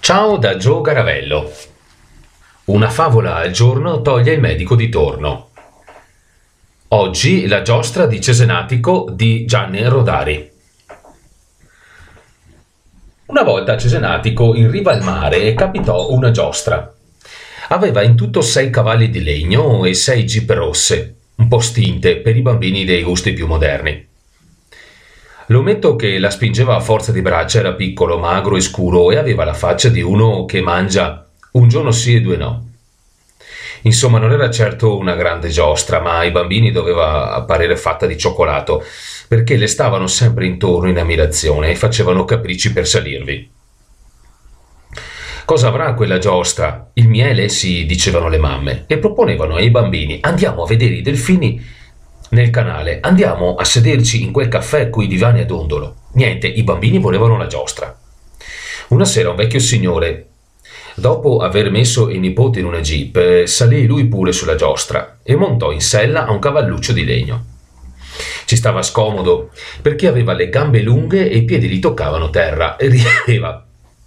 Ciao da Gio Garavello. Una favola al giorno toglie il medico di torno. Oggi la giostra di Cesenatico di Gianni Rodari. Una volta a Cesenatico, in riva al mare, capitò una giostra. Aveva in tutto 6 cavalli di legno e 6 jeep rosse, un po' stinte per i bambini dei gusti più moderni. L'ometto che la spingeva a forza di braccia era piccolo, magro e scuro e aveva la faccia di uno che mangia un giorno sì e 2 no. Insomma, non era certo una grande giostra, ma ai bambini doveva apparire fatta di cioccolato, perché le stavano sempre intorno in ammirazione e facevano capricci per salirvi. Cosa avrà quella giostra? Il miele, si dicevano le mamme, e proponevano ai bambini: andiamo a vedere i delfini nel canale, andiamo a sederci in quel caffè coi divani a dondolo. Niente, i bambini volevano la giostra. Una sera un vecchio signore, dopo aver messo i nipoti in una jeep, salì lui pure sulla giostra e montò in sella a un cavalluccio di legno. Ci stava scomodo perché aveva le gambe lunghe e i piedi gli toccavano terra e rideva.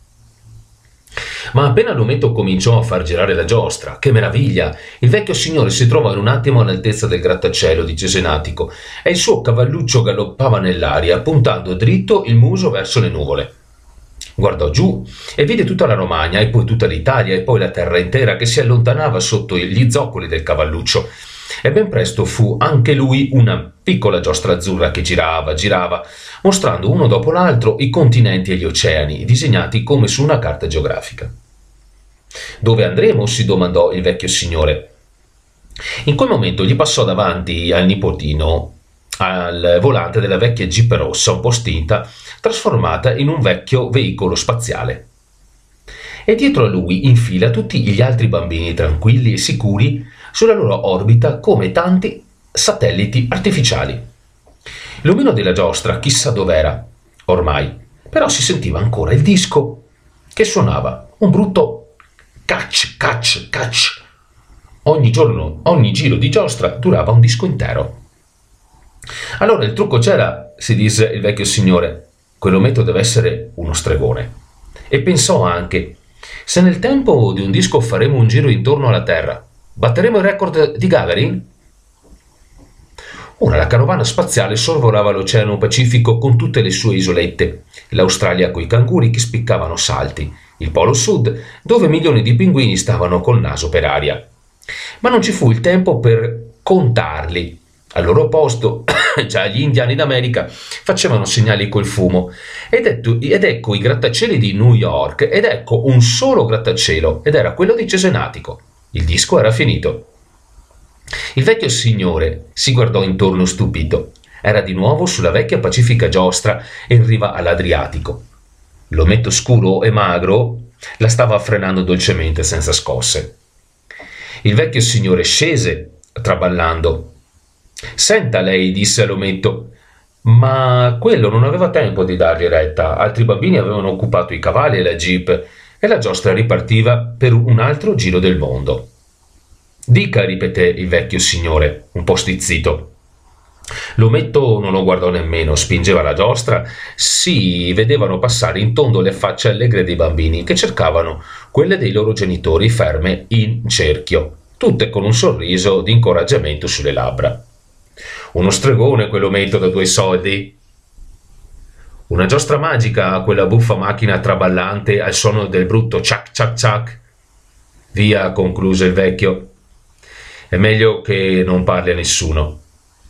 Ma appena l'ometto cominciò a far girare la giostra, che meraviglia! Il vecchio signore si trovò in un attimo all'altezza del grattacielo di Cesenatico e il suo cavalluccio galoppava nell'aria, puntando dritto il muso verso le nuvole. Guardò giù e vide tutta la Romagna e poi tutta l'Italia e poi la terra intera che si allontanava sotto gli zoccoli del cavalluccio. E ben presto fu anche lui una piccola giostra azzurra che girava, mostrando uno dopo l'altro i continenti e gli oceani, disegnati come su una carta geografica. Dove andremo? Si domandò il vecchio signore. In quel momento gli passò davanti al nipotino al volante della vecchia jeep rossa un po' stinta, trasformata in un vecchio veicolo spaziale. E dietro a lui in fila tutti gli altri bambini tranquilli e sicuri sulla loro orbita come tanti satelliti artificiali. L'omino della giostra chissà dov'era ormai, però si sentiva ancora il disco che suonava un brutto catch, catch, catch. Ogni giorno, ogni giro di giostra durava un disco intero. Allora il trucco c'era, si disse il vecchio signore, quell'ometto deve essere uno stregone. E pensò anche: se nel tempo di un disco faremo un giro intorno alla Terra, batteremo il record di Gagarin? Ora la carovana spaziale sorvolava l'Oceano Pacifico con tutte le sue isolette, l'Australia coi canguri che spiccavano salti, il Polo Sud dove milioni di pinguini stavano col naso per aria. Ma non ci fu il tempo per contarli. Al loro posto già gli indiani d'America facevano segnali col fumo ed ecco i grattacieli di New York ed ecco un solo grattacielo ed era quello di Cesenatico. Il disco era finito. Il vecchio signore si guardò intorno stupito. Era di nuovo sulla vecchia pacifica giostra in riva all'Adriatico. L'ometto scuro e magro la stava frenando dolcemente senza scosse. Il vecchio signore scese traballando. «Senta lei», disse all'ometto, ma quello non aveva tempo di dargli retta. Altri bambini avevano occupato i cavalli e la jeep e la giostra ripartiva per un altro giro del mondo. «Dica», ripeté il vecchio signore, un po' stizzito. L'ometto non lo guardò nemmeno, spingeva la giostra. Si vedevano passare in tondo le facce allegre dei bambini che cercavano quelle dei loro genitori ferme in cerchio, tutte con un sorriso di incoraggiamento sulle labbra. Uno stregone quell'ometto da 2 soldi. Una giostra magica, quella buffa macchina traballante al suono del brutto ciac ciac ciac. Via, concluse il vecchio. È meglio che non parli a nessuno.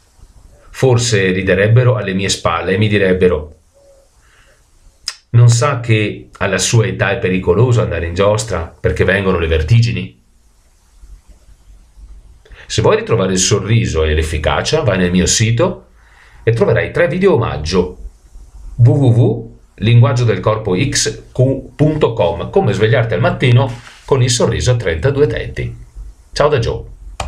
Forse riderebbero alle mie spalle e mi direbbero: non sa che alla sua età è pericoloso andare in giostra perché vengono le vertigini? Se vuoi ritrovare il sorriso e l'efficacia, vai nel mio sito e troverai 3 video omaggio: www.linguaggiodelcorpox.com, come svegliarti al mattino con il sorriso a 32 denti. Ciao da Joe.